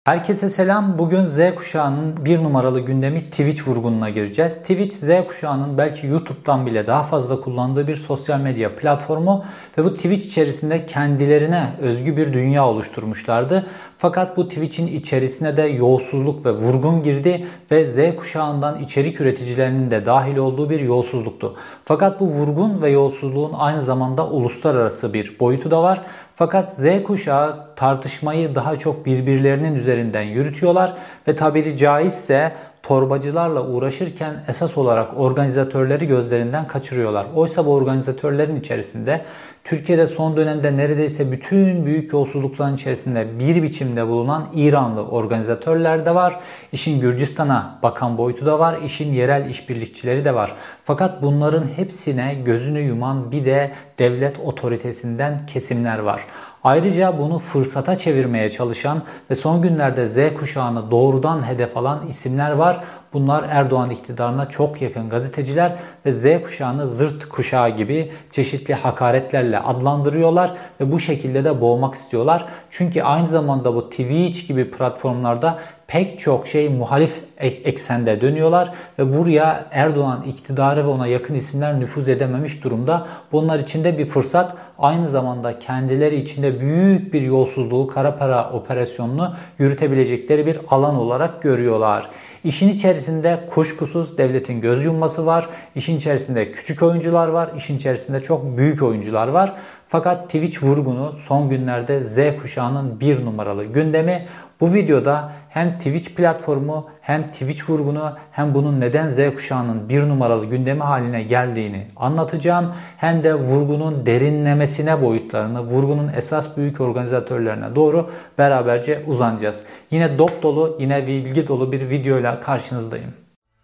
Herkese selam. Bugün Z kuşağının bir numaralı gündemi Twitch vurgununa gireceğiz. Twitch, Z kuşağının belki YouTube'dan bile daha fazla kullandığı bir sosyal medya platformu ve bu Twitch içerisinde kendilerine özgü bir dünya oluşturmuşlardı. Fakat bu Twitch'in içerisine de yolsuzluk ve vurgun girdi ve Z kuşağından içerik üreticilerinin de dahil olduğu bir yolsuzluktu. Fakat bu vurgun ve yolsuzluğun aynı zamanda uluslararası bir boyutu da var. Fakat Z kuşağı tartışmayı daha çok birbirlerinin üzerinden yürütüyorlar ve tabiri caizse torbacılarla uğraşırken esas olarak organizatörleri gözlerinden kaçırıyorlar. Oysa bu organizatörlerin içerisinde Türkiye'de son dönemde neredeyse bütün büyük yolsuzlukların içerisinde bir biçimde bulunan İranlı organizatörler de var. İşin Gürcistan'a bakan boyutu da var. İşin yerel işbirlikçileri de var. Fakat bunların hepsine gözünü yuman bir de devlet otoritesinden kesimler var. Ayrıca bunu fırsata çevirmeye çalışan ve son günlerde Z kuşağını doğrudan hedef alan isimler var. Bunlar Erdoğan iktidarına çok yakın gazeteciler ve Z kuşağını zırt kuşağı gibi çeşitli hakaretlerle adlandırıyorlar ve bu şekilde de boğmak istiyorlar. Çünkü aynı zamanda bu Twitch gibi platformlarda pek çok muhalif eksende dönüyorlar ve buraya Erdoğan iktidarı ve ona yakın isimler nüfuz edememiş durumda. Bunlar için de bir fırsat, aynı zamanda kendileri içinde büyük bir yolsuzluğu, kara para operasyonunu yürütebilecekleri bir alan olarak görüyorlar. İşin içerisinde kuşkusuz devletin göz yumması var. İşin içerisinde küçük oyuncular var. İşin içerisinde çok büyük oyuncular var. Fakat Twitch vurgunu son günlerde Z kuşağının bir numaralı gündemi. Bu videoda hem Twitch platformu hem Twitch vurgunu hem bunun neden Z kuşağının bir numaralı gündemi haline geldiğini anlatacağım. Hem de vurgunun derinlemesine boyutlarını, vurgunun esas büyük organizatörlerine doğru beraberce uzanacağız. Yine dop dolu, yine bilgi dolu bir videoyla karşınızdayım.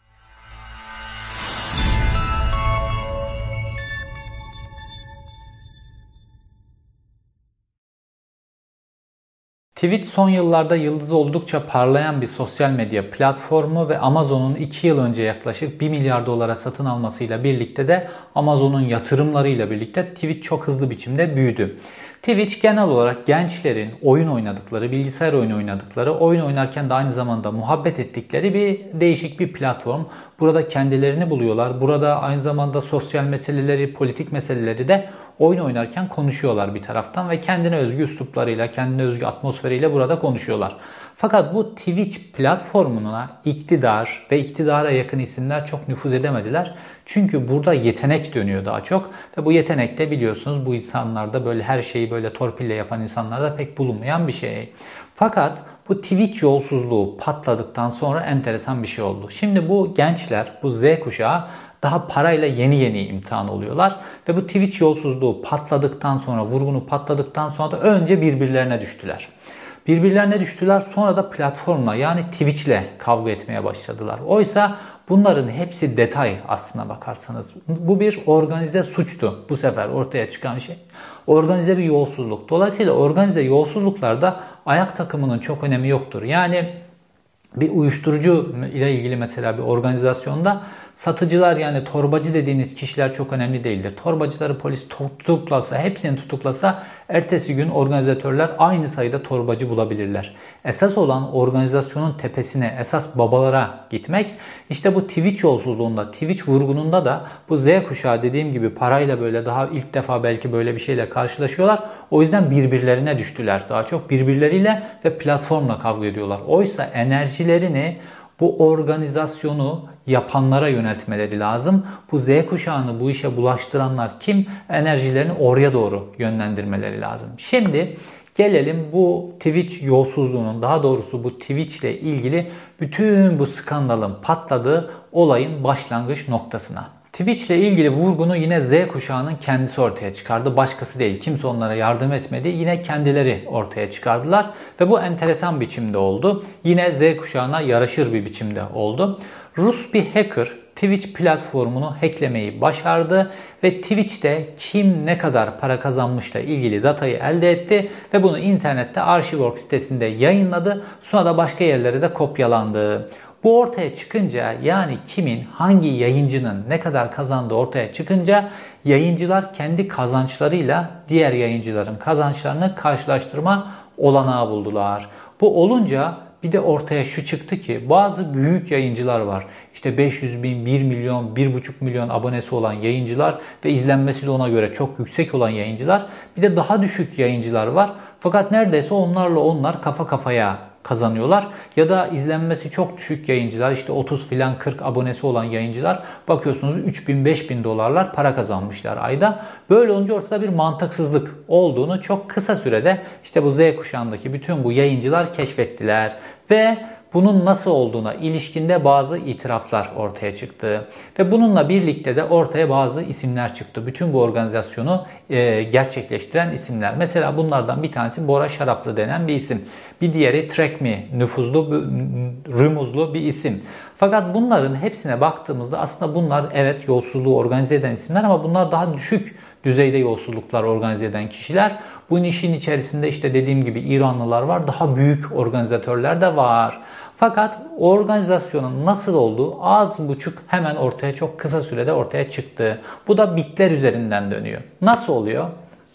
Twitch son yıllarda yıldızı oldukça parlayan bir sosyal medya platformu ve Amazon'un 2 yıl önce yaklaşık 1 milyar dolara satın almasıyla birlikte de Amazon'un yatırımlarıyla birlikte Twitch çok hızlı biçimde büyüdü. Twitch genel olarak gençlerin oyun oynadıkları, bilgisayar oyunu oynadıkları, oyun oynarken de aynı zamanda muhabbet ettikleri değişik bir platform. Burada kendilerini buluyorlar. Burada aynı zamanda sosyal meseleleri, politik meseleleri de oyun oynarken konuşuyorlar bir taraftan ve kendine özgü üsluplarıyla, kendine özgü atmosferiyle burada konuşuyorlar. Fakat bu Twitch platformuna iktidar ve iktidara yakın isimler çok nüfuz edemediler. Çünkü burada yetenek dönüyor daha çok ve bu yetenek de biliyorsunuz bu insanlarda böyle her şeyi böyle torpille yapan insanlarda pek bulunmayan bir şey. Fakat bu Twitch yolsuzluğu patladıktan sonra enteresan bir şey oldu. Şimdi bu gençler, bu Z kuşağı daha parayla yeni imtihan oluyorlar ve bu Twitch yolsuzluğu patladıktan sonra, vurgunu patladıktan sonra da önce birbirlerine düştüler. Birbirlerine düştüler, sonra da platformla yani Twitch'le kavga etmeye başladılar. Oysa bunların hepsi detay aslına bakarsanız. Bu bir organize suçtu bu sefer ortaya çıkan şey. Organize bir yolsuzluk. Dolayısıyla organize yolsuzluklarda ayak takımının çok önemi yoktur. Yani bir uyuşturucu ile ilgili mesela bir organizasyonda satıcılar yani torbacı dediğiniz kişiler çok önemli değildir. Torbacıları polis tutuklasa, hepsini tutuklasa ertesi gün organizatörler aynı sayıda torbacı bulabilirler. Esas olan organizasyonun tepesine, esas babalara gitmek. İşte bu Twitch yolsuzluğunda, Twitch vurgununda da bu Z kuşağı dediğim gibi parayla böyle daha ilk defa belki böyle bir şeyle karşılaşıyorlar. O yüzden birbirlerine düştüler. Daha çok birbirleriyle ve platformla kavga ediyorlar. Oysa enerjilerini bu organizasyonu yapanlara yöneltmeleri lazım. Bu Z kuşağını bu işe bulaştıranlar kim? Enerjilerini oraya doğru yönlendirmeleri lazım. Şimdi gelelim bu Twitch yolsuzluğunun, daha doğrusu bu Twitch ile ilgili bütün bu skandalın patladığı olayın başlangıç noktasına. Twitch ile ilgili vurgunu yine Z kuşağının kendisi ortaya çıkardı. Başkası değil. Kimse onlara yardım etmedi. Yine kendileri ortaya çıkardılar. Ve bu enteresan biçimde oldu. Yine Z kuşağına yaraşır bir biçimde oldu. Rus bir hacker Twitch platformunu hacklemeyi başardı ve Twitch'te kim ne kadar para kazanmışla ilgili datayı elde etti ve bunu internette Archive.org sitesinde yayınladı. Sonra da başka yerlere de kopyalandı. Bu ortaya çıkınca, yani kimin, hangi yayıncının ne kadar kazandığı ortaya çıkınca yayıncılar kendi kazançlarıyla diğer yayıncıların kazançlarını karşılaştırma olanağı buldular. Bu olunca bir de ortaya şu çıktı ki bazı büyük yayıncılar var. İşte 500 bin, 1 milyon, 1,5 milyon abonesi olan yayıncılar ve izlenmesi de ona göre çok yüksek olan yayıncılar. Bir de daha düşük yayıncılar var. Fakat neredeyse onlarla onlar kafa kafaya kazanıyorlar. Ya da izlenmesi çok düşük yayıncılar, işte 30 filan 40 abonesi olan yayıncılar bakıyorsunuz 3.000-5.000 dolarlar para kazanmışlar ayda. Böyle olunca ortada bir mantıksızlık olduğunu çok kısa sürede işte bu Z kuşağındaki bütün bu yayıncılar keşfettiler ve bunun nasıl olduğuna ilişkinde bazı itiraflar ortaya çıktı. Ve bununla birlikte de ortaya bazı isimler çıktı. Bütün bu organizasyonu gerçekleştiren isimler. Mesela bunlardan bir tanesi Bora Şaraplı denen bir isim. Bir diğeri TrackMe nüfuzlu, rümuzlu bir isim. Fakat bunların hepsine baktığımızda aslında bunlar evet yolsuzluğu organize eden isimler ama bunlar daha düşük düzeyde yolsuzluklar organize eden kişiler. Bu işin içerisinde işte dediğim gibi İranlılar var, daha büyük organizatörler de var. Fakat organizasyonun nasıl olduğu az buçuk hemen ortaya çok kısa sürede ortaya çıktı. Bu da bitler üzerinden dönüyor. Nasıl oluyor?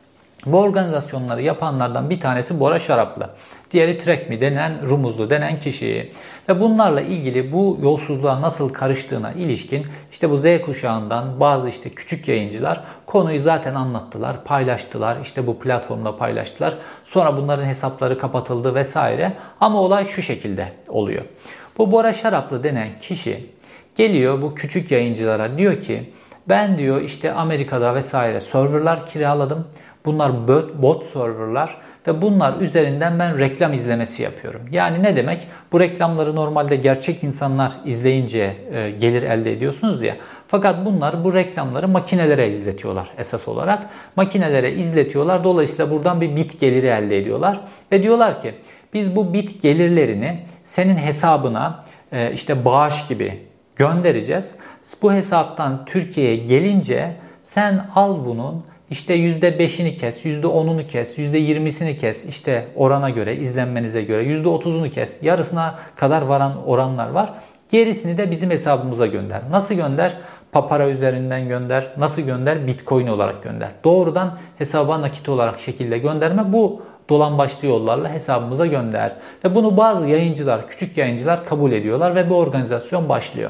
Bu organizasyonları yapanlardan bir tanesi Bora Şaraplı. Diğeri TrackMe denen, Rumuzlu denen kişi. Ve bunlarla ilgili bu yolsuzluğa nasıl karıştığına ilişkin işte bu Z kuşağından bazı işte küçük yayıncılar konuyu zaten anlattılar, paylaştılar. İşte bu platformda paylaştılar. Sonra bunların hesapları kapatıldı vesaire. Ama olay şu şekilde oluyor. Bu Bora Şaraplı denen kişi geliyor bu küçük yayıncılara diyor ki ben diyor işte Amerika'da vesaire serverlar kiraladım. Bunlar bot serverlar ve bunlar üzerinden ben reklam izlemesi yapıyorum. Yani ne demek? Bu reklamları normalde gerçek insanlar izleyince gelir elde ediyorsunuz ya. Fakat bunlar bu reklamları makinelere izletiyorlar esas olarak. Makinelere izletiyorlar. Dolayısıyla buradan bir bit geliri elde ediyorlar. Ve diyorlar ki biz bu bit gelirlerini senin hesabına işte bağış gibi göndereceğiz. Bu hesaptan Türkiye'ye gelince sen al bunun İşte %5'ini kes, %10'unu kes, %20'sini kes, işte orana göre, izlenmenize göre, %30'unu kes. Yarısına kadar varan oranlar var. Gerisini de bizim hesabımıza gönder. Nasıl gönder? Papara üzerinden gönder. Nasıl gönder? Bitcoin olarak gönder. Doğrudan hesaba nakit olarak şekilde gönderme. Bu dolambaçlı yollarla hesabımıza gönder. Ve bunu bazı yayıncılar, küçük yayıncılar kabul ediyorlar ve bu organizasyon başlıyor.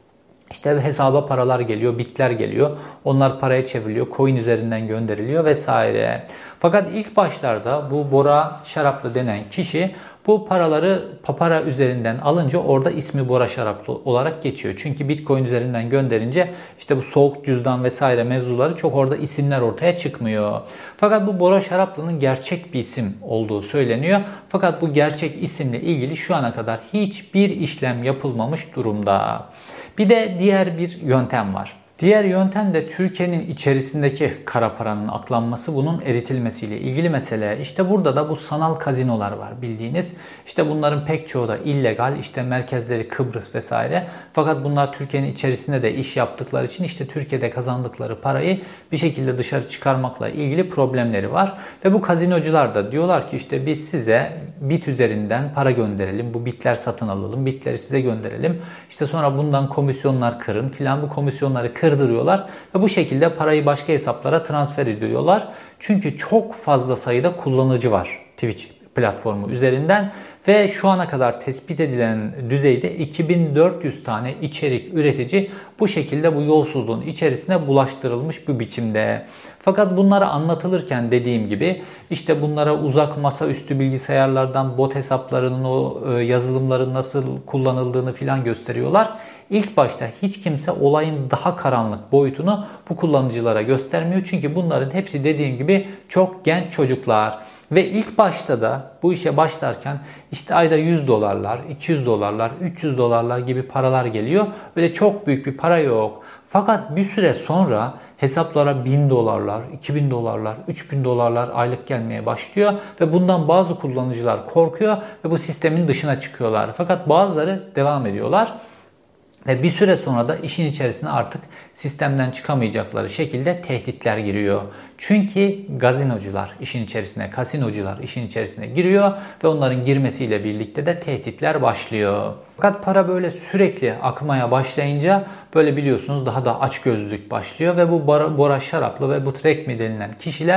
İşte hesaba paralar geliyor, bitler geliyor. Onlar paraya çevriliyor, coin üzerinden gönderiliyor vesaire. Fakat ilk başlarda bu Bora Şaraplı denen kişi bu paraları Papara üzerinden alınca orada ismi Bora Şaraplı olarak geçiyor. Çünkü Bitcoin üzerinden gönderince işte bu soğuk cüzdan vesaire mevzuları çok orada isimler ortaya çıkmıyor. Fakat bu Bora Şaraplı'nın gerçek bir isim olduğu söyleniyor. Fakat bu gerçek isimle ilgili şu ana kadar hiçbir işlem yapılmamış durumda. Bir de diğer bir yöntem var. Diğer yöntem de Türkiye'nin içerisindeki kara paranın aklanması, bunun eritilmesiyle ilgili mesele. İşte burada da bu sanal kazinolar var bildiğiniz. İşte bunların pek çoğu da illegal. İşte merkezleri Kıbrıs vesaire. Fakat bunlar Türkiye'nin içerisinde de iş yaptıkları için işte Türkiye'de kazandıkları parayı bir şekilde dışarı çıkarmakla ilgili problemleri var. Ve bu kazinocular da diyorlar ki işte biz size bit üzerinden para gönderelim. Bu bitler satın alalım. Bitleri size gönderelim. İşte sonra bundan komisyonlar kırın filan, bu komisyonları kırdırıyorlar ve bu şekilde parayı başka hesaplara transfer ediyorlar. Çünkü çok fazla sayıda kullanıcı var Twitch platformu üzerinden ve şu ana kadar tespit edilen düzeyde 2400 tane içerik üretici bu şekilde bu yolsuzluğun içerisine bulaştırılmış bir biçimde. Fakat bunlara anlatılırken dediğim gibi işte bunlara uzak masaüstü bilgisayarlardan bot hesaplarının o yazılımların nasıl kullanıldığını filan gösteriyorlar. İlk başta hiç kimse olayın daha karanlık boyutunu bu kullanıcılara göstermiyor. Çünkü bunların hepsi dediğim gibi çok genç çocuklar. Ve ilk başta da bu işe başlarken işte ayda 100 dolarlar, 200 dolarlar, 300 dolarlar gibi paralar geliyor. Böyle çok büyük bir para yok. Fakat bir süre sonra hesaplara 1000 dolarlar, 2000 dolarlar, 3000 dolarlar aylık gelmeye başlıyor. Ve bundan bazı kullanıcılar korkuyor ve bu sistemin dışına çıkıyorlar. Fakat bazıları devam ediyorlar. Ve bir süre sonra da işin içerisine artık sistemden çıkamayacakları şekilde tehditler giriyor. Çünkü gazinocular işin içerisine, kasinocular işin içerisine giriyor ve onların girmesiyle birlikte de tehditler başlıyor. Fakat para böyle sürekli akmaya başlayınca böyle biliyorsunuz daha da açgözlülük başlıyor ve bu Bora Şaraplı ve bu TrackMe denilen kişiler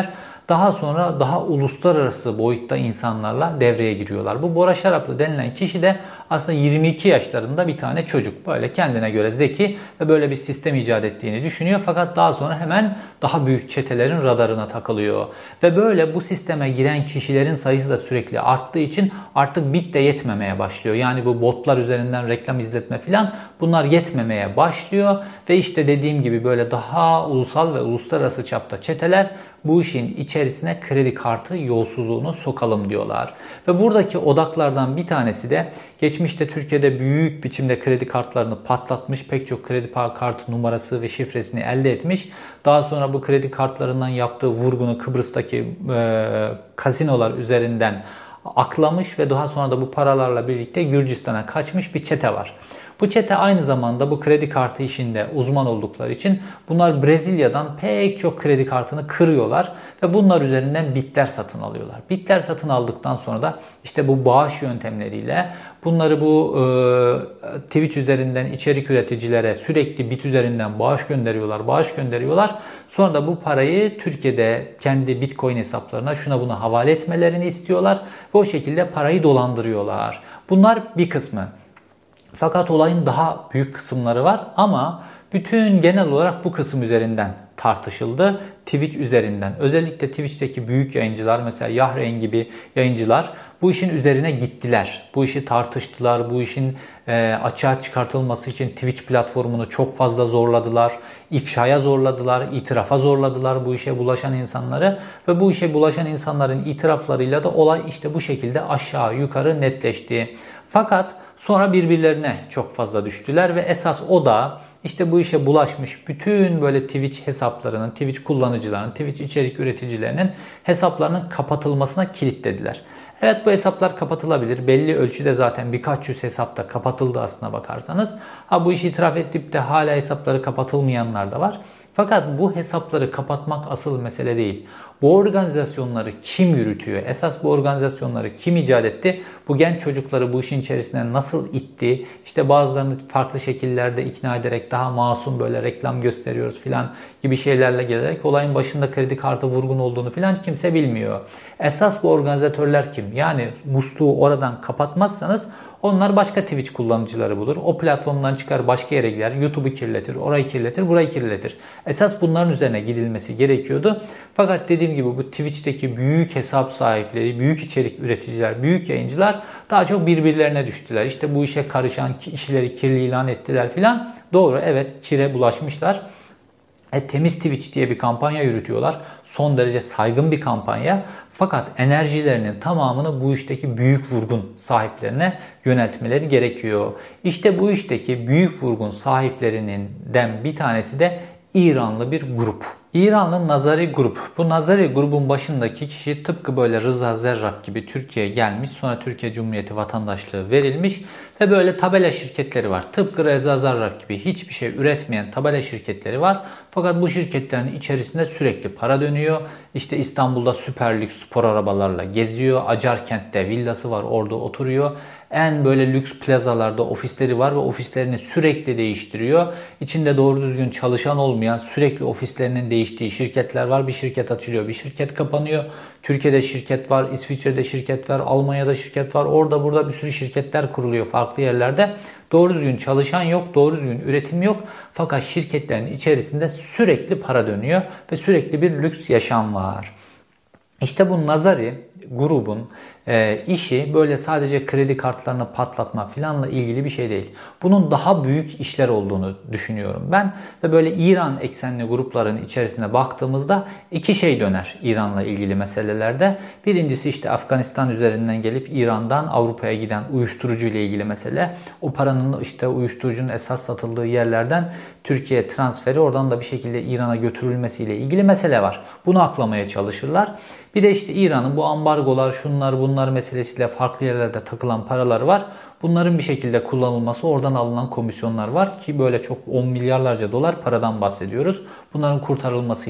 daha sonra daha uluslararası boyutta insanlarla devreye giriyorlar. Bu Bora Şaraplı denilen kişi de aslında 22 yaşlarında bir tane çocuk. Böyle kendine göre zeki ve böyle bir sistem icat ettiğini düşünüyor. Fakat daha sonra hemen daha büyük çetelerin radarına takılıyor. Ve böyle bu sisteme giren kişilerin sayısı da sürekli arttığı için artık bit de yetmemeye başlıyor. Yani bu botlar üzerinden reklam izletme falan, bunlar yetmemeye başlıyor. Ve işte dediğim gibi böyle daha ulusal ve uluslararası çapta çeteler bu işin içerisine kredi kartı yolsuzluğunu sokalım diyorlar. Ve buradaki odaklardan bir tanesi de geçmişte Türkiye'de büyük biçimde kredi kartlarını patlatmış, pek çok kredi kartı numarası ve şifresini elde etmiş. Daha sonra bu kredi kartlarından yaptığı vurgunu Kıbrıs'taki kasinolar üzerinden aklamış ve daha sonra da bu paralarla birlikte Gürcistan'a kaçmış bir çete var. Bu çete aynı zamanda bu kredi kartı işinde uzman oldukları için bunlar Brezilya'dan pek çok kredi kartını kırıyorlar ve bunlar üzerinden bitler satın alıyorlar. Bitler satın aldıktan sonra da işte bu bağış yöntemleriyle bunları bu Twitch üzerinden içerik üreticilere sürekli bit üzerinden bağış gönderiyorlar. Sonra da bu parayı Türkiye'de kendi Bitcoin hesaplarına şuna buna havale etmelerini istiyorlar ve o şekilde parayı dolandırıyorlar. Bunlar bir kısmı. Fakat olayın daha büyük kısımları var ama bütün genel olarak bu kısım üzerinden tartışıldı. Twitch üzerinden. Özellikle Twitch'teki büyük yayıncılar, mesela Yahren gibi yayıncılar bu işin üzerine gittiler. Bu işi tartıştılar. Bu işin açığa çıkartılması için Twitch platformunu çok fazla zorladılar. İfşaya zorladılar, itirafa zorladılar bu işe bulaşan insanları. Ve bu işe bulaşan insanların itiraflarıyla da olay işte bu şekilde aşağı yukarı netleşti. Fakat sonra birbirlerine çok fazla düştüler ve esas o da işte bu işe bulaşmış bütün böyle Twitch hesaplarının, Twitch kullanıcılarının, Twitch içerik üreticilerinin hesaplarının kapatılmasına kilitlediler. Evet, bu hesaplar kapatılabilir. Belli ölçüde zaten birkaç yüz hesap da kapatıldı aslına bakarsanız. Bu işi itiraf edip de hala hesapları kapatılmayanlar da var. Fakat bu hesapları kapatmak asıl mesele değil. Bu organizasyonları kim yürütüyor? Esas bu organizasyonları kim icat etti? Bu genç çocukları bu işin içerisine nasıl itti? İşte bazılarını farklı şekillerde ikna ederek daha masum böyle reklam gösteriyoruz filan gibi şeylerle gelerek olayın başında kredi kartı vurgun olduğunu filan kimse bilmiyor. Esas bu organizatörler kim? Yani musluğu oradan kapatmazsanız onlar başka Twitch kullanıcıları bulur. O platformdan çıkar başka yere gider. YouTube'u kirletir, orayı kirletir, burayı kirletir. Esas bunların üzerine gidilmesi gerekiyordu. Fakat dediğim gibi bu Twitch'teki büyük hesap sahipleri, büyük içerik üreticiler, büyük yayıncılar daha çok birbirlerine düştüler. İşte bu işe karışan kişileri kirli ilan ettiler filan. Doğru, evet, kire bulaşmışlar. Temiz Twitch diye bir kampanya yürütüyorlar. Son derece saygın bir kampanya. Fakat enerjilerinin tamamını bu işteki büyük vurgun sahiplerine yöneltmeleri gerekiyor. İşte bu işteki büyük vurgun sahiplerinden bir tanesi de İranlı bir grup. İranlı Nazari grup. Bu Nazari grubun başındaki kişi tıpkı böyle Rıza Zerrak gibi Türkiye'ye gelmiş. Sonra Türkiye Cumhuriyeti vatandaşlığı verilmiş. Ve böyle tabela şirketleri var. Tıpkı Rıza Zerrak gibi hiçbir şey üretmeyen tabela şirketleri var. Fakat bu şirketlerin içerisinde sürekli para dönüyor. İşte İstanbul'da süper lüks spor arabalarla geziyor. Acarkent'te villası var, orada oturuyor. En böyle lüks plazalarda ofisleri var ve ofislerini sürekli değiştiriyor. İçinde doğru düzgün çalışan olmayan, sürekli ofislerinin değiştiği şirketler var. Bir şirket açılıyor, bir şirket kapanıyor. Türkiye'de şirket var, İsviçre'de şirket var, Almanya'da şirket var. Orada burada bir sürü şirketler kuruluyor farklı yerlerde. Doğru düzgün çalışan yok, doğru düzgün üretim yok. Fakat şirketlerin içerisinde sürekli para dönüyor ve sürekli bir lüks yaşam var. İşte bu Nazari grubun işi böyle sadece kredi kartlarını patlatma filanla ilgili bir şey değil. Bunun daha büyük işler olduğunu düşünüyorum ben. Ve böyle İran eksenli grupların içerisine baktığımızda iki şey döner İran'la ilgili meselelerde. Birincisi işte Afganistan üzerinden gelip İran'dan Avrupa'ya giden uyuşturucu ile ilgili mesele. O paranın işte uyuşturucunun esas satıldığı yerlerden Türkiye'ye transferi, oradan da bir şekilde İran'a götürülmesiyle ilgili mesele var. Bunu aklamaya çalışırlar. Bir de işte İran'ın bu ambargolar, şunlar bunlar meselesiyle farklı yerlerde takılan paraları var. Bunların bir şekilde kullanılması, oradan alınan komisyonlar var ki böyle çok 10 milyarlarca dolar paradan bahsediyoruz. Bunların kurtarılmasıyla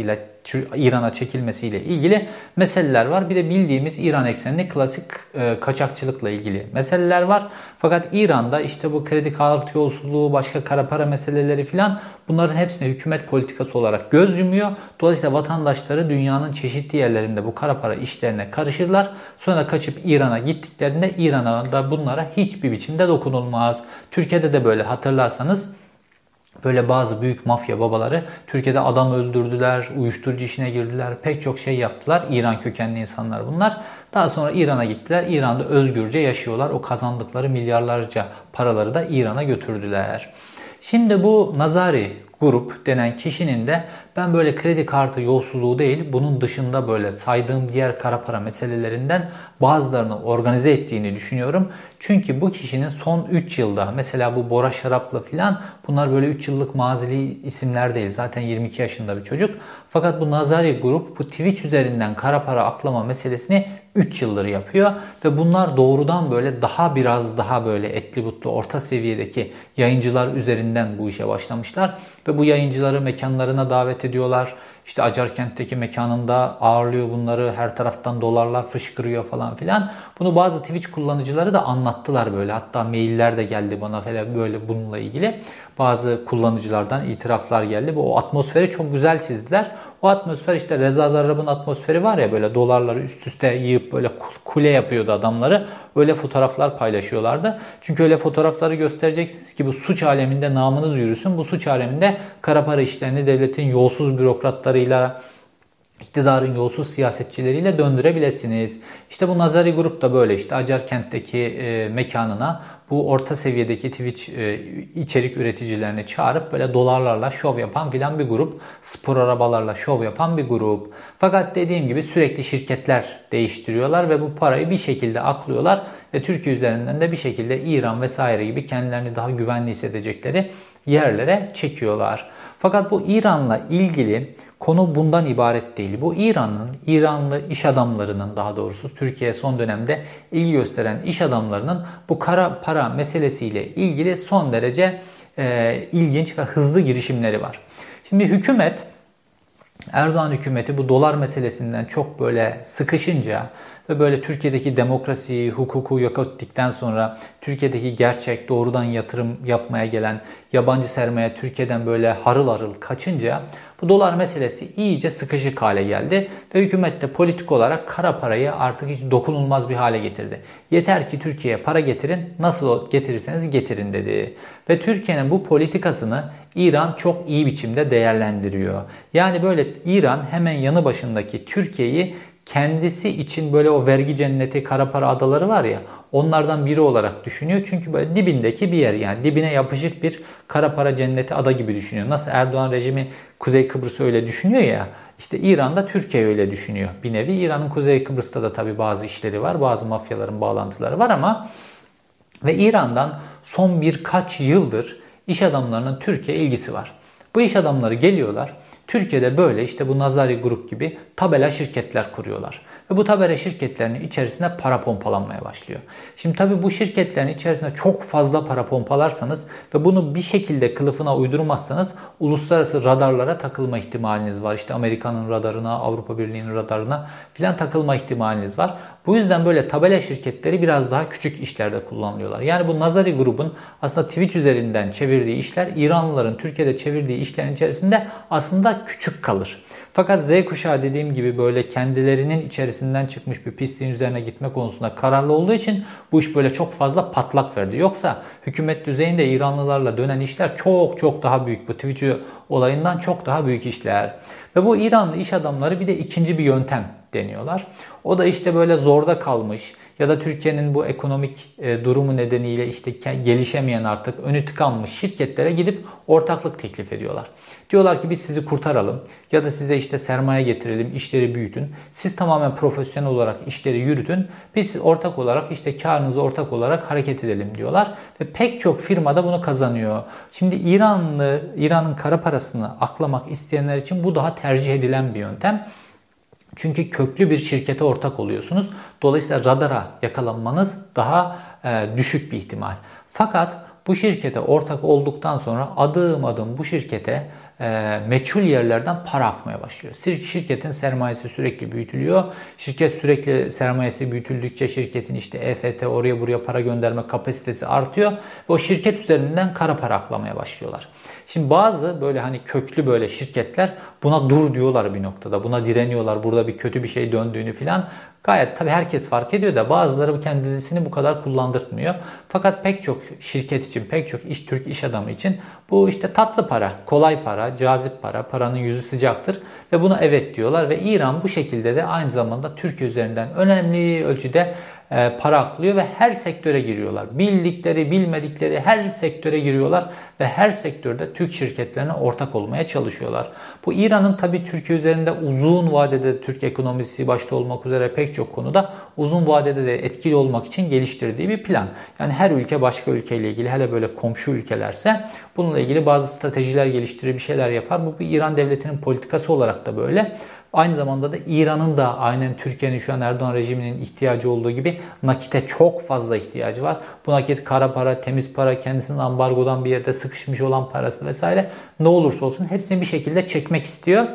İran'a çekilmesiyle ilgili meseleler var. Bir de bildiğimiz İran eksenli klasik kaçakçılıkla ilgili meseleler var. Fakat İran'da işte bu kredi kartı yolsuzluğu, başka kara para meseleleri filan, bunların hepsine hükümet politikası olarak göz yumuyor. Dolayısıyla vatandaşları dünyanın çeşitli yerlerinde bu kara para işlerine karışırlar. Sonra kaçıp İran'a gittiklerinde İran'a da bunlara hiçbir biçimde dokunulmaz. Türkiye'de de böyle, hatırlarsanız böyle bazı büyük mafya babaları Türkiye'de adam öldürdüler, uyuşturucu işine girdiler, pek çok şey yaptılar. İran kökenli insanlar bunlar. Daha sonra İran'a gittiler. İran'da özgürce yaşıyorlar. O kazandıkları milyarlarca paraları da İran'a götürdüler. Şimdi bu Nazari grup denen kişinin de ben böyle kredi kartı yolsuzluğu değil, bunun dışında böyle saydığım diğer kara para meselelerinden bazılarını organize ettiğini düşünüyorum. Çünkü bu kişinin son 3 yılda, mesela bu Bora Şarap'la filan, bunlar böyle 3 yıllık mazili isimler değil. Zaten 22 yaşında bir çocuk. Fakat bu Nazari grup bu Twitch üzerinden kara para aklama meselesini 3 yıldır yapıyor ve bunlar doğrudan böyle biraz daha böyle etli butlu orta seviyedeki yayıncılar üzerinden bu işe başlamışlar ve bu yayıncıları mekanlarına davet ediyorlar. İşte Acarkent'teki mekanında ağırlıyor bunları, her taraftan dolarlar fışkırıyor falan filan. Bunu bazı Twitch kullanıcıları da anlattılar böyle. Hatta mailler de geldi bana falan böyle bununla ilgili. Bazı kullanıcılardan itiraflar geldi. O atmosferi çok güzel çizdiler. O atmosfer işte Reza Zarrab'ın atmosferi var ya, böyle dolarları üst üste yığıp böyle kule yapıyordu adamları. Öyle fotoğraflar paylaşıyorlardı. Çünkü öyle fotoğrafları göstereceksiniz ki bu suç aleminde namınız yürüsün. Bu suç aleminde kara para işlerini devletin yolsuz bürokratlarıyla, iktidarın yolsuz siyasetçileriyle döndürebilirsiniz. İşte bu Nazari grup da böyle, işte Acarkent'teki mekanına bu orta seviyedeki Twitch içerik üreticilerini çağırıp böyle dolarlarla şov yapan filan bir grup. Spor arabalarla şov yapan bir grup. Fakat dediğim gibi sürekli şirketler değiştiriyorlar ve bu parayı bir şekilde aklıyorlar ve Türkiye üzerinden de bir şekilde İran vesaire gibi kendilerini daha güvenli hissedecekleri yerlere çekiyorlar. Fakat bu İran'la ilgili konu bundan ibaret değil. Bu İranlı iş adamlarının, daha doğrusu Türkiye'ye son dönemde ilgi gösteren iş adamlarının bu kara para meselesiyle ilgili son derece ilginç ve hızlı girişimleri var. Şimdi Erdoğan hükümeti bu dolar meselesinden çok böyle sıkışınca ve böyle Türkiye'deki demokrasiyi, hukuku yok ettikten sonra Türkiye'deki gerçek doğrudan yatırım yapmaya gelen yabancı sermaye Türkiye'den böyle harıl harıl kaçınca bu dolar meselesi iyice sıkışık hale geldi ve hükümet de politik olarak kara parayı artık hiç dokunulmaz bir hale getirdi. Yeter ki Türkiye'ye para getirin, nasıl getirirseniz getirin dedi. Ve Türkiye'nin bu politikasını İran çok iyi biçimde değerlendiriyor. Yani böyle İran hemen yanı başındaki Türkiye'yi kendisi için böyle o vergi cenneti, kara para adaları var ya, onlardan biri olarak düşünüyor. Çünkü böyle dibindeki bir yer, yani dibine yapışık bir kara para cenneti ada gibi düşünüyor. Nasıl Erdoğan rejimi Kuzey Kıbrıs'ı öyle düşünüyor ya, işte İran'da Türkiye öyle düşünüyor. Bir nevi İran'ın Kuzey Kıbrıs'ta da tabii bazı işleri var, bazı mafyaların bağlantıları var ama ve İran'dan son birkaç yıldır iş adamlarının Türkiye ilgisi var. Bu iş adamları geliyorlar. Türkiye'de böyle işte bu Nazari Grup gibi tabela şirketler kuruyorlar. Ve bu tabela şirketlerinin içerisine para pompalanmaya başlıyor. Şimdi tabii bu şirketlerin içerisine çok fazla para pompalarsanız ve bunu bir şekilde kılıfına uydurmazsanız uluslararası radarlara takılma ihtimaliniz var. İşte Amerika'nın radarına, Avrupa Birliği'nin radarına filan takılma ihtimaliniz var. Bu yüzden böyle tabela şirketleri biraz daha küçük işlerde kullanılıyorlar. Yani bu Nazari grubun aslında Twitch üzerinden çevirdiği işler İranlıların Türkiye'de çevirdiği işlerin içerisinde aslında küçük kalır. Fakat Z kuşağı dediğim gibi böyle kendilerinin içerisinden çıkmış bir pisliğin üzerine gitme konusunda kararlı olduğu için bu iş böyle çok fazla patlak verdi. Yoksa hükümet düzeyinde İranlılarla dönen işler çok çok daha büyük. Bu Twitch olayından çok daha büyük işler. Ve bu İranlı iş adamları bir de ikinci bir yöntem deniyorlar. O da işte böyle zorda kalmış ya da Türkiye'nin bu ekonomik durumu nedeniyle işte gelişemeyen, artık önü tıkanmış şirketlere gidip ortaklık teklif ediyorlar. Diyorlar ki biz sizi kurtaralım ya da size işte sermaye getirelim, işleri büyütün. Siz tamamen profesyonel olarak işleri yürütün. Biz ortak olarak işte karınızı ortak olarak hareket edelim diyorlar. Ve pek çok firma da bunu kazanıyor. Şimdi İran'ın kara parasını aklamak isteyenler için bu daha tercih edilen bir yöntem. Çünkü köklü bir şirkete ortak oluyorsunuz. Dolayısıyla radara yakalanmanız daha düşük bir ihtimal. Fakat bu şirkete ortak olduktan sonra adım adım bu şirkete meçhul yerlerden para akmaya başlıyor. Şirketin sermayesi sürekli büyütülüyor. Şirket sürekli sermayesi büyütüldükçe şirketin işte EFT, oraya buraya para gönderme kapasitesi artıyor. Ve o şirket üzerinden kara para aklamaya başlıyorlar. Şimdi bazı böyle hani köklü böyle şirketler buna dur diyorlar bir noktada. Buna direniyorlar. Burada bir kötü bir şey döndüğünü filan. Gayet tabii herkes fark ediyor da bazıları bu kendisini bu kadar kullandırtmıyor. Fakat pek çok şirket için, pek çok Türk iş adamı için bu işte tatlı para, kolay para, cazip para, paranın yüzü sıcaktır ve buna evet diyorlar ve İran bu şekilde de aynı zamanda Türkiye üzerinden önemli ölçüde para aklıyor ve her sektöre giriyorlar. Bildikleri, bilmedikleri her sektöre giriyorlar ve her sektörde Türk şirketlerine ortak olmaya çalışıyorlar. Bu İran'ın tabii Türkiye üzerinde uzun vadede Türk ekonomisi başta olmak üzere pek çok konuda uzun vadede de etkili olmak için geliştirdiği bir plan. Yani her ülke başka ülkeyle ilgili, hele böyle komşu ülkelerse bununla ilgili bazı stratejiler geliştirir, bir şeyler yapar. Bu bir İran devletinin politikası olarak da böyle. Aynı zamanda da İran'ın da aynen Türkiye'nin şu an Erdoğan rejiminin ihtiyacı olduğu gibi nakite çok fazla ihtiyacı var. Bu nakit kara para, temiz para, kendisinin ambargodan bir yerde sıkışmış olan parası vesaire ne olursa olsun hepsini bir şekilde çekmek istiyor.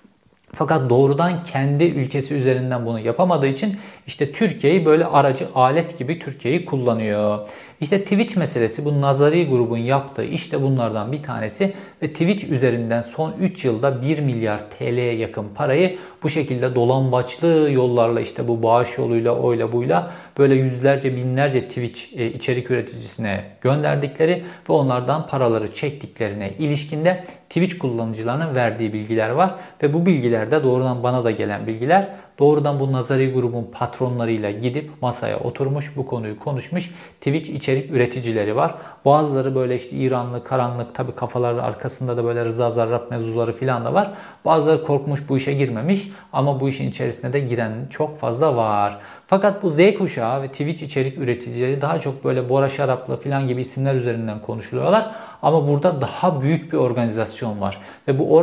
Fakat doğrudan kendi ülkesi üzerinden bunu yapamadığı için işte Türkiye'yi böyle aracı alet gibi Türkiye'yi kullanıyor. İşte Twitch meselesi bu Nazari grubun yaptığı işte bunlardan bir tanesi ve Twitch üzerinden son 3 yılda 1 milyar TL'ye yakın parayı bu şekilde dolambaçlı yollarla işte bu bağış yoluyla oyla buyla böyle yüzlerce binlerce Twitch içerik üreticisine gönderdikleri ve onlardan paraları çektiklerine ilişkinde Twitch kullanıcılarının verdiği bilgiler var ve bu bilgilerde doğrudan bana da gelen bilgiler. Doğrudan bu Nazari grubun patronlarıyla gidip masaya oturmuş, bu konuyu konuşmuş Twitch içerik üreticileri var. Bazıları böyle işte İranlı, karanlık, tabii kafaları arkasında da böyle Rıza Zarrab mevzuları falan da var. Bazıları korkmuş, bu işe girmemiş ama bu işin içerisine de giren çok fazla var. Fakat bu Z kuşağı ve Twitch içerik üreticileri daha çok böyle Bora Şaraplı falan gibi isimler üzerinden konuşuluyorlar. Ama burada daha büyük bir organizasyon var. Ve bu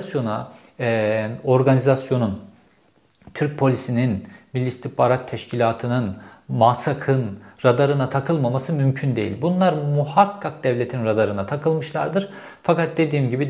organizasyonun Türk polisinin, Milli İstihbarat Teşkilatı'nın, MASAK'ın radarına takılmaması mümkün değil. Bunlar muhakkak devletin radarına takılmışlardır. Fakat dediğim gibi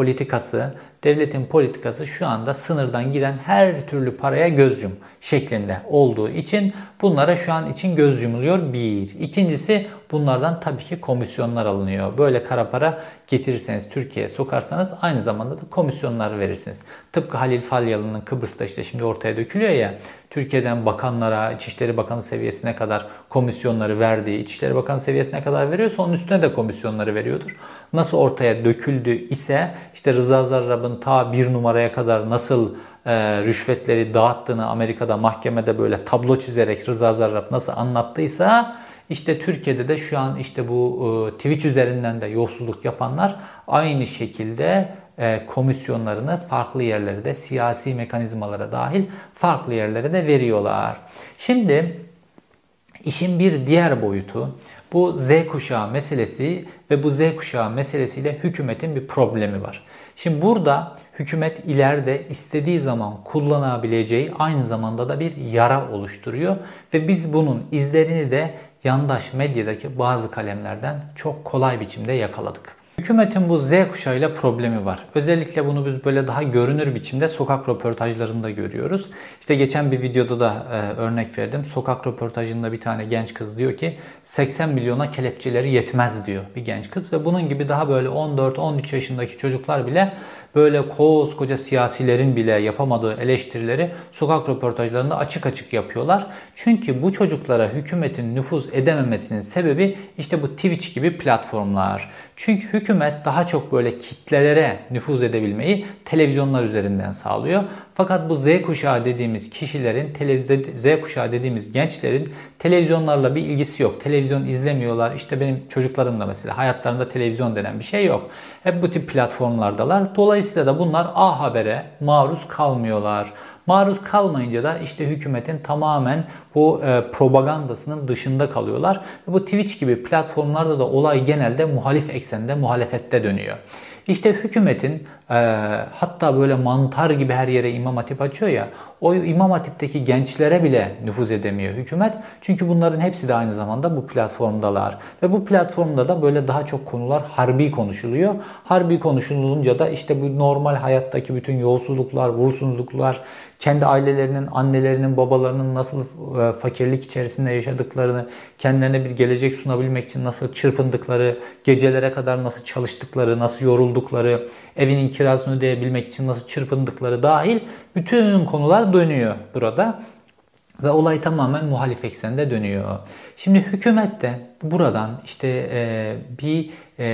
devletin politikası şu anda sınırdan giren her türlü paraya göz yum şeklinde olduğu için bunlara şu an için göz yumuluyor bir. İkincisi bunlardan tabii ki komisyonlar alınıyor. Böyle kara para getirirseniz Türkiye'ye sokarsanız aynı zamanda da komisyonlar verirsiniz. Tıpkı Halil Falyalı'nın Kıbrıs'ta işte şimdi ortaya dökülüyor ya, Türkiye'den bakanlara, İçişleri Bakanı seviyesine kadar komisyonları verdiği, İçişleri Bakanı seviyesine kadar veriyorsa onun üstüne de komisyonları veriyordur. Nasıl ortaya döküldü ise işte Rıza Zarrab'ın ta bir numaraya kadar nasıl rüşvetleri dağıttığını Amerika'da mahkemede böyle tablo çizerek Rıza Zarrab nasıl anlattıysa işte Türkiye'de de şu an işte bu Twitch üzerinden de yolsuzluk yapanlar aynı şekilde komisyonlarını farklı yerlere de siyasi mekanizmalara dahil farklı yerlere de veriyorlar. Şimdi işin bir diğer boyutu bu Z kuşağı meselesi ve bu Z kuşağı meselesiyle hükümetin bir problemi var. Şimdi burada hükümet ileride istediği zaman kullanabileceği aynı zamanda da bir yara oluşturuyor ve biz bunun izlerini de yandaş medyadaki bazı kalemlerden çok kolay biçimde yakaladık. Hükümetin bu Z kuşağıyla problemi var. Özellikle bunu biz böyle daha görünür biçimde sokak röportajlarında görüyoruz. İşte geçen bir videoda da örnek verdim. Sokak röportajında bir tane genç kız diyor ki 80 milyona kelepçeleri yetmez diyor bir genç kız. Ve bunun gibi daha böyle 14-13 yaşındaki çocuklar bile böyle koskoca siyasilerin bile yapamadığı eleştirileri sokak röportajlarında açık açık yapıyorlar. Çünkü bu çocuklara hükümetin nüfuz edememesinin sebebi işte bu Twitch gibi platformlar. Çünkü hükümet daha çok böyle kitlelere nüfuz edebilmeyi televizyonlar üzerinden sağlıyor. Fakat bu Z kuşağı dediğimiz kişilerin, Z kuşağı dediğimiz gençlerin televizyonlarla bir ilgisi yok. Televizyon izlemiyorlar. İşte benim çocuklarım da mesela hayatlarında televizyon denen bir şey yok. Hep bu tip platformlardalar. Dolayısıyla da bunlar A Haber'e maruz kalmıyorlar. Maruz kalmayınca da işte hükümetin tamamen bu propagandasının dışında kalıyorlar. Bu Twitch gibi platformlarda da olay genelde muhalif eksende, muhalefette dönüyor. İşte hükümetin hatta böyle mantar gibi her yere İmam Hatip açıyor ya, o İmam Hatip'teki gençlere bile nüfuz edemiyor hükümet. Çünkü bunların hepsi de aynı zamanda bu platformdalar. Ve bu platformda da böyle daha çok konular harbi konuşuluyor. Harbi konuşulunca da işte bu normal hayattaki bütün yolsuzluklar, vursuzluklar, kendi ailelerinin, annelerinin, babalarının nasıl fakirlik içerisinde yaşadıklarını, kendilerine bir gelecek sunabilmek için nasıl çırpındıkları, gecelere kadar nasıl çalıştıkları, nasıl yoruldukları, evinin kirasını ödeyebilmek için nasıl çırpındıkları dahil bütün konular dönüyor burada. Ve olay tamamen muhalif eksende dönüyor. Şimdi hükümet de buradan işte bir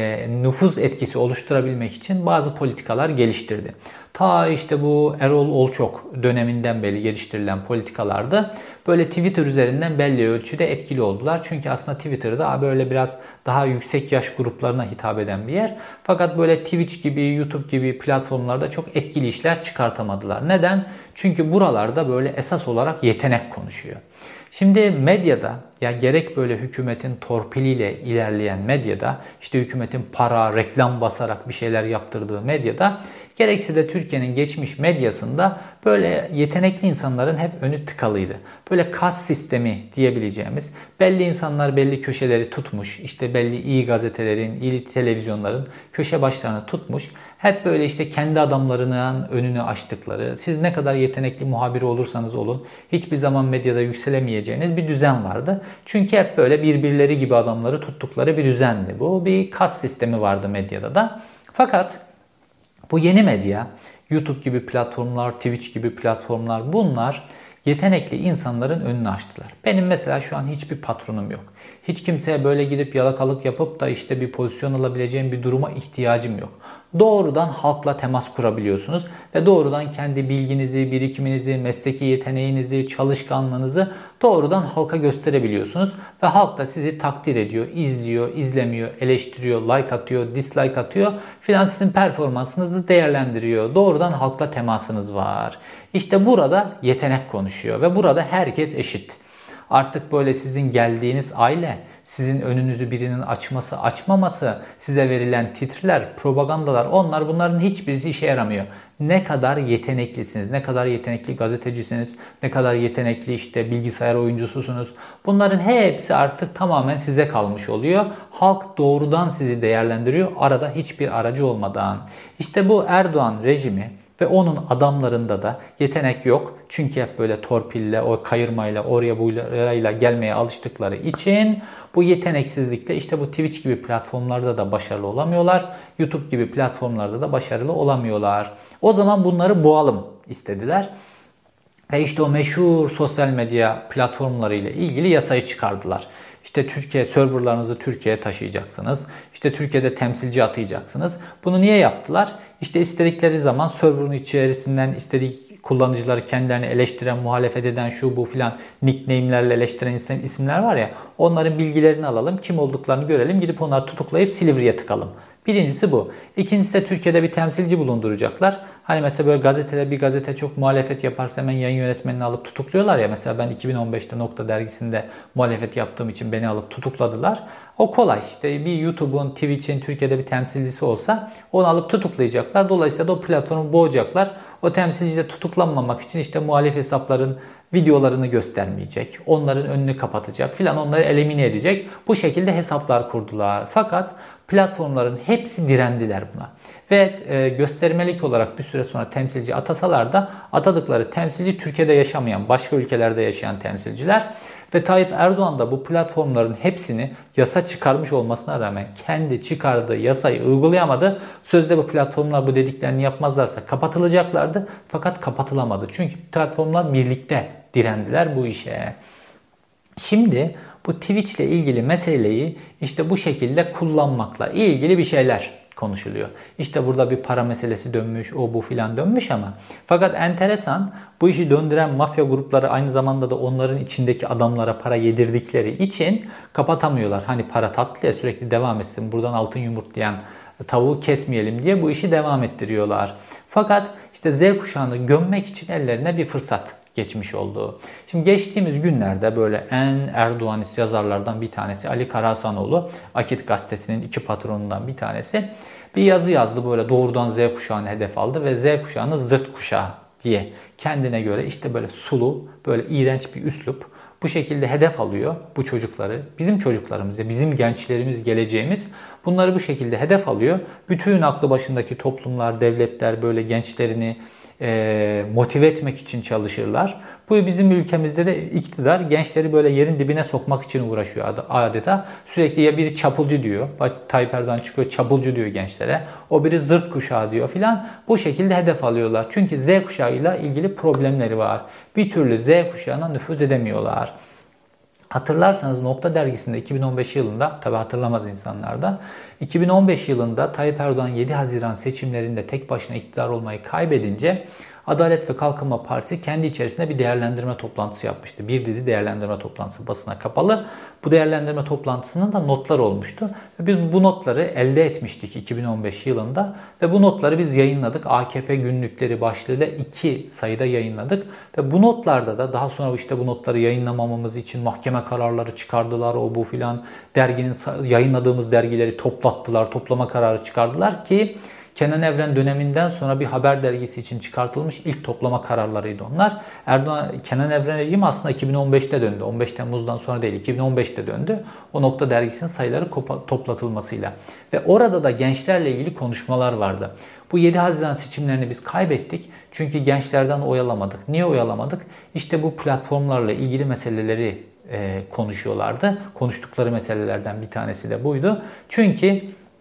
nüfuz etkisi oluşturabilmek için bazı politikalar geliştirdi. Ta işte bu Erol Olçok döneminden beri geliştirilen politikalarda böyle Twitter üzerinden belli ölçüde etkili oldular. Çünkü aslında Twitter'da böyle biraz daha yüksek yaş gruplarına hitap eden bir yer. Fakat böyle Twitch gibi, YouTube gibi platformlarda çok etkili işler çıkartamadılar. Neden? Çünkü buralarda böyle esas olarak yetenek konuşuyor. Şimdi medyada ya gerek böyle hükümetin torpiliyle ilerleyen medyada, işte hükümetin para, reklam basarak bir şeyler yaptırdığı medyada, gerekse de Türkiye'nin geçmiş medyasında böyle yetenekli insanların hep önü tıkalıydı. Böyle kas sistemi diyebileceğimiz belli insanlar belli köşeleri tutmuş, işte belli iyi gazetelerin, iyi televizyonların köşe başlarını tutmuş. Hep böyle işte kendi adamlarının önünü açtıkları, siz ne kadar yetenekli muhabir olursanız olun hiçbir zaman medyada yükselemeyeceğiniz bir düzen vardı. Çünkü hep böyle birbirleri gibi adamları tuttukları bir düzendi. Bu bir kas sistemi vardı medyada da. Fakat bu yeni medya, YouTube gibi platformlar, Twitch gibi platformlar, bunlar yetenekli insanların önünü açtılar. Benim mesela şu an hiçbir patronum yok. Hiç kimseye böyle gidip yalakalık yapıp da işte bir pozisyon alabileceğim bir duruma ihtiyacım yok. Doğrudan halkla temas kurabiliyorsunuz ve doğrudan kendi bilginizi, birikiminizi, mesleki yeteneğinizi, çalışkanlığınızı doğrudan halka gösterebiliyorsunuz. Ve halk da sizi takdir ediyor, izliyor, izlemiyor, eleştiriyor, like atıyor, dislike atıyor filan, sizin performansınızı değerlendiriyor. Doğrudan halkla temasınız var. İşte burada yetenek konuşuyor ve burada herkes eşit. Artık böyle sizin geldiğiniz aile, sizin önünüzü birinin açması, açmaması, size verilen titreler, propagandalar, bunların hiçbirisi işe yaramıyor. Ne kadar yeteneklisiniz, ne kadar yetenekli gazetecisiniz, ne kadar yetenekli işte bilgisayar oyuncususunuz. Bunların hepsi artık tamamen size kalmış oluyor. Halk doğrudan sizi değerlendiriyor, arada hiçbir aracı olmadan. İşte bu Erdoğan rejimi ve onun adamlarında da yetenek yok. Çünkü hep böyle torpille, o kayırmayla, oraya buraya gelmeye alıştıkları için bu yeteneksizlikle işte bu Twitch gibi platformlarda da başarılı olamıyorlar. YouTube gibi platformlarda da başarılı olamıyorlar. O zaman bunları boğalım istediler. Ve işte o meşhur sosyal medya platformları ile ilgili yasayı çıkardılar. İşte Türkiye serverlarınızı Türkiye'ye taşıyacaksınız. İşte Türkiye'de temsilci atayacaksınız. Bunu niye yaptılar? İşte istedikleri zaman server'ın içerisinden istediği kullanıcıları kendilerini eleştiren, muhalefet eden, şu bu filan nickname'lerle eleştiren isimler var ya, onların bilgilerini alalım, kim olduklarını görelim, gidip onları tutuklayıp Silivri'ye tıkalım. Birincisi bu. İkincisi de Türkiye'de bir temsilci bulunduracaklar. Hani mesela böyle gazetede bir gazete çok muhalefet yaparsa hemen yayın yönetmenini alıp tutukluyorlar ya. Mesela ben 2015'te Nokta dergisinde muhalefet yaptığım için beni alıp tutukladılar. O kolay. İşte bir YouTube'un, Twitch'in Türkiye'de bir temsilcisi olsa onu alıp tutuklayacaklar. Dolayısıyla da o platformu boğacaklar. O temsilci de tutuklanmamak için işte muhalif hesapların videolarını göstermeyecek. Onların önünü kapatacak filan, onları elimine edecek. Bu şekilde hesaplar kurdular. Fakat platformların hepsi direndiler buna. Ve göstermelik olarak bir süre sonra temsilci atasalar da atadıkları temsilci Türkiye'de yaşamayan, başka ülkelerde yaşayan temsilciler. Ve Tayyip Erdoğan da bu platformların hepsini yasa çıkarmış olmasına rağmen kendi çıkardığı yasayı uygulayamadı. Sözde bu platformlar bu dediklerini yapmazlarsa kapatılacaklardı. Fakat kapatılamadı. Çünkü platformlar birlikte direndiler bu işe. Şimdi bu Twitch ile ilgili meseleyi işte bu şekilde kullanmakla ilgili bir şeyler konuşuluyor. İşte burada bir para meselesi dönmüş, o bu filan dönmüş ama fakat enteresan, bu işi döndüren mafya grupları aynı zamanda da onların içindeki adamlara para yedirdikleri için kapatamıyorlar. Hani para tatlı ya, sürekli devam etsin, buradan altın yumurtlayan tavuğu kesmeyelim diye bu işi devam ettiriyorlar. Fakat işte Z kuşağını gömmek için ellerine bir fırsat geçmiş oldu. Şimdi geçtiğimiz günlerde böyle en Erdoğanist yazarlardan bir tanesi Ali Karahasanoğlu, Akit gazetesinin iki patronundan bir tanesi, bir yazı yazdı, böyle doğrudan Z kuşağını hedef aldı ve Z kuşağını zırt kuşağı diye kendine göre işte böyle sulu, böyle iğrenç bir üslup bu şekilde hedef alıyor bu çocukları. Bizim çocuklarımız, bizim gençlerimiz, geleceğimiz bunları bu şekilde hedef alıyor. Bütün aklı başındaki toplumlar, devletler böyle gençlerini motive etmek için çalışırlar. Bu bizim ülkemizde de iktidar gençleri böyle yerin dibine sokmak için uğraşıyor adeta. Sürekli ya biri çapulcu diyor. Tayyip Erdoğan çıkıyor çapulcu diyor gençlere. O biri zırt kuşağı diyor filan. Bu şekilde hedef alıyorlar. Çünkü Z kuşağıyla ilgili problemleri var. Bir türlü Z kuşağına nüfuz edemiyorlar. Hatırlarsanız Nokta dergisinde 2015 yılında, tabi hatırlamaz insanlar da, 2015 yılında Tayyip Erdoğan 7 Haziran seçimlerinde tek başına iktidar olmayı kaybedince Adalet ve Kalkınma Partisi kendi içerisinde bir değerlendirme toplantısı yapmıştı. Bir dizi değerlendirme toplantısı basına kapalı. Bu değerlendirme toplantısının da notlar olmuştu. Biz bu notları elde etmiştik 2015 yılında ve bu notları biz yayınladık. AKP günlükleri başlığıyla 2 sayıda yayınladık. Ve bu notlarda da daha sonra işte bu notları yayınlamamamız için mahkeme kararları çıkardılar, o bu filan. Yayınladığımız dergileri toplattılar, toplama kararı çıkardılar ki Kenan Evren döneminden sonra bir haber dergisi için çıkartılmış ilk toplama kararlarıydı onlar. Kenan Evren rejimi aslında 2015'te döndü. 15 Temmuz'dan sonra değil, 2015'te döndü. O Nokta dergisinin sayıları toplatılmasıyla. Ve orada da gençlerle ilgili konuşmalar vardı. Bu 7 Haziran seçimlerini biz kaybettik. Çünkü gençlerden oy alamadık. Niye oy alamadık? İşte bu platformlarla ilgili meseleleri konuşuyorlardı. Konuştukları meselelerden bir tanesi de buydu. Çünkü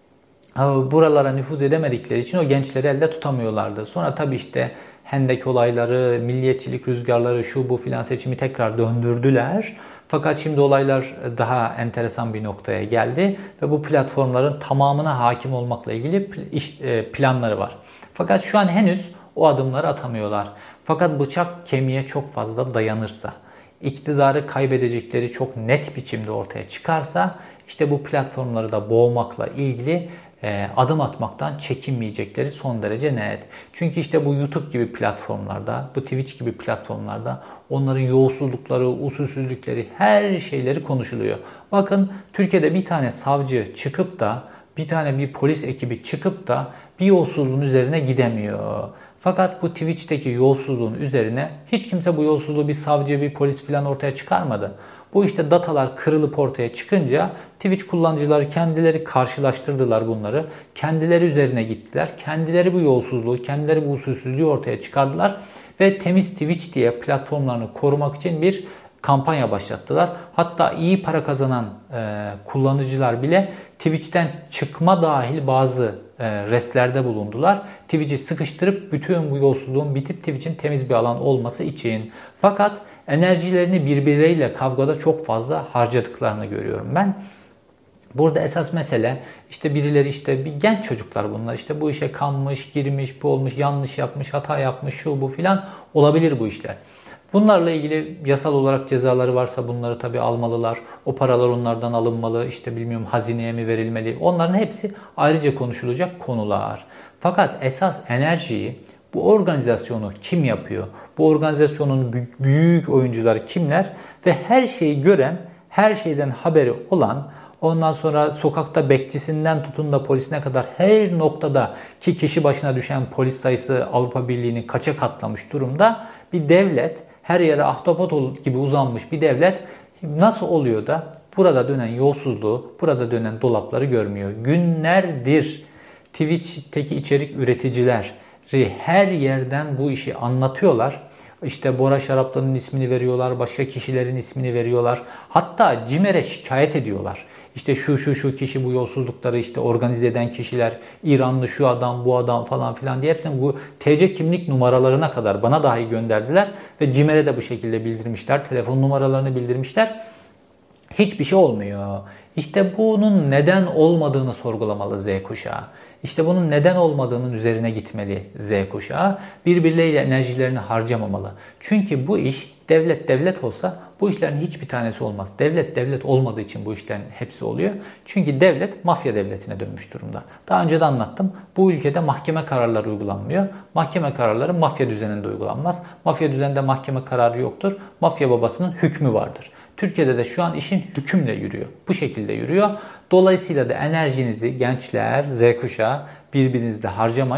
buralara nüfuz edemedikleri için o gençleri elde tutamıyorlardı. Sonra tabii işte Hendek olayları, milliyetçilik rüzgarları, şu bu filan seçimi tekrar döndürdüler. Fakat şimdi olaylar daha enteresan bir noktaya geldi ve bu platformların tamamına hakim olmakla ilgili planları var. Fakat şu an henüz o adımları atamıyorlar. Fakat bıçak kemiğe çok fazla dayanırsa, iktidarı kaybedecekleri çok net biçimde ortaya çıkarsa, işte bu platformları da boğmakla ilgili adım atmaktan çekinmeyecekleri son derece net. Çünkü işte bu YouTube gibi platformlarda, bu Twitch gibi platformlarda onların yolsuzlukları, usulsüzlükleri, her şeyleri konuşuluyor. Bakın Türkiye'de bir tane savcı çıkıp da, bir polis ekibi çıkıp da bir yolsuzluğun üzerine gidemiyor. Fakat bu Twitch'teki yolsuzluğun üzerine hiç kimse bu yolsuzluğu bir savcı, bir polis falan ortaya çıkarmadı. Bu işte datalar kırılıp ortaya çıkınca Twitch kullanıcıları kendileri karşılaştırdılar bunları. Kendileri üzerine gittiler. Kendileri bu yolsuzluğu, kendileri bu usulsüzlüğü ortaya çıkardılar. Ve Temiz Twitch diye platformlarını korumak için bir kampanya başlattılar. Hatta iyi para kazanan kullanıcılar bile Twitch'ten çıkma dahil bazı restlerde bulundular. Twitch'i sıkıştırıp bütün bu yolsuzluğun bitip Twitch'in temiz bir alan olması için. Fakat enerjilerini birbirleriyle kavgada çok fazla harcadıklarını görüyorum ben. Burada esas mesele işte birileri işte bir genç çocuklar bunlar işte bu işe kanmış, girmiş, bu olmuş, yanlış yapmış, hata yapmış, şu bu filan olabilir bu işler. Bunlarla ilgili yasal olarak cezaları varsa bunları tabii almalılar. O paralar onlardan alınmalı. İşte bilmiyorum hazineye mi verilmeli. Onların hepsi ayrıca konuşulacak konular. Fakat esas enerjiyi, bu organizasyonu kim yapıyor? Bu organizasyonun büyük oyuncuları kimler? Ve her şeyi gören, her şeyden haberi olan, ondan sonra sokakta bekçisinden tutun da polisine kadar her noktada ki kişi başına düşen polis sayısı Avrupa Birliği'nin kaça katlamış durumda bir devlet, her yere ahtapot gibi uzanmış bir devlet nasıl oluyor da burada dönen yolsuzluğu, burada dönen dolapları görmüyor? Günlerdir Twitch'teki içerik üreticileri her yerden bu işi anlatıyorlar. İşte Bora Şaraplı'nın ismini veriyorlar, başka kişilerin ismini veriyorlar. Hatta CİMER'e şikayet ediyorlar. İşte şu kişi bu yolsuzlukları işte organize eden kişiler, İranlı şu adam, bu adam falan filan diye hepsini bu TC kimlik numaralarına kadar bana dahi gönderdiler. Ve CİMER'e de bu şekilde bildirmişler, telefon numaralarını bildirmişler. Hiçbir şey olmuyor. İşte bunun neden olmadığını sorgulamalı Z kuşağı. İşte bunun neden olmadığının üzerine gitmeli Z kuşağı. Birbirleriyle enerjilerini harcamamalı. Çünkü bu iş devlet olsa bu işlerin hiçbir tanesi olmaz. Devlet olmadığı için bu işlerin hepsi oluyor. Çünkü devlet mafya devletine dönmüş durumda. Daha önce de anlattım. Bu ülkede mahkeme kararları uygulanmıyor. Mahkeme kararları mafya düzeninde uygulanmaz. Mafya düzeninde mahkeme kararı yoktur. Mafya babasının hükmü vardır. Türkiye'de de şu an işin hükümle yürüyor. Bu şekilde yürüyor. Dolayısıyla da enerjinizi gençler, Z kuşağı birbirinizde harcamayın.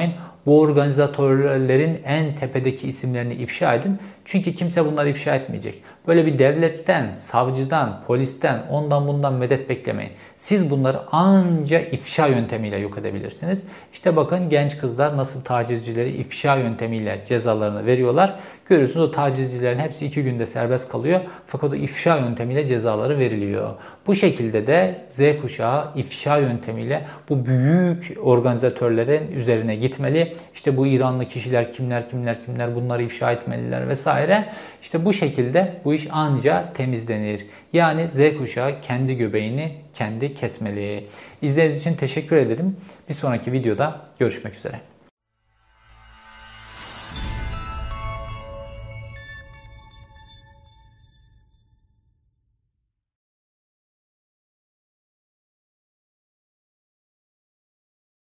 bu organizatörlerin en tepedeki isimlerini ifşa edin. Çünkü kimse bunları ifşa etmeyecek. Böyle bir devletten, savcıdan, polisten, ondan bundan medet beklemeyin. Siz bunları anca ifşa yöntemiyle yok edebilirsiniz. İşte bakın genç kızlar nasıl tacizcileri ifşa yöntemiyle cezalarını veriyorlar. Görüyorsunuz o tacizcilerin hepsi 2 günde serbest kalıyor. Fakat o ifşa yöntemiyle cezaları veriliyor. Bu şekilde de Z kuşağı ifşa yöntemiyle bu büyük organizatörlerin üzerine gitmeli. İşte bu İranlı kişiler kimler bunları ifşa etmeliler vesaire. İşte bu şekilde bu iş anca temizlenir. Yani Z kuşağı kendi göbeğini kendi kesmeli. İzlediğiniz için teşekkür ederim. Bir sonraki videoda görüşmek üzere.